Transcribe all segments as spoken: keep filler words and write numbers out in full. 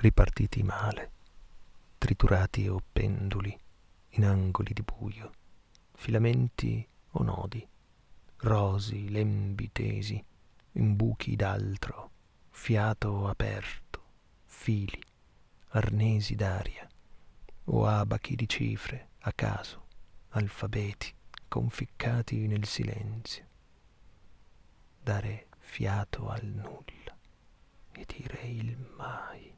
ripartiti male, triturati o penduli in angoli di buio, filamenti o nodi, rosi, lembi tesi, in buchi d'altro, fiato aperto, fili, arnesi d'aria, o abachi di cifre a caso, alfabeti conficcati nel silenzio. Dare fiato al nulla e dire il mai.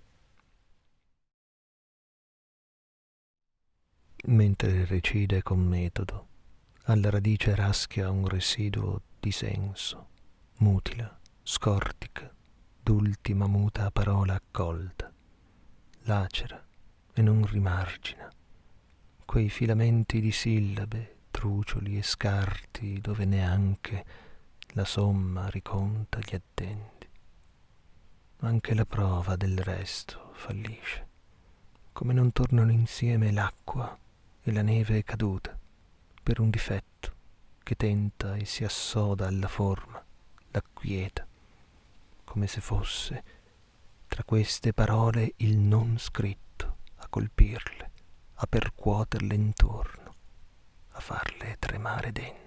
Mentre recide con metodo, alla radice raschia un residuo di senso, mutila, scortica, d'ultima muta parola accolta, lacera e non rimargina, quei filamenti di sillabe, trucioli e scarti dove neanche la somma riconta gli addendi. Anche la prova del resto fallisce, come non tornano insieme l'acqua e la neve caduta, per un difetto che tenta e si assoda alla forma, la quieta, come se fosse tra queste parole il non scritto a colpirle, a percuoterle intorno, a farle tremare dentro.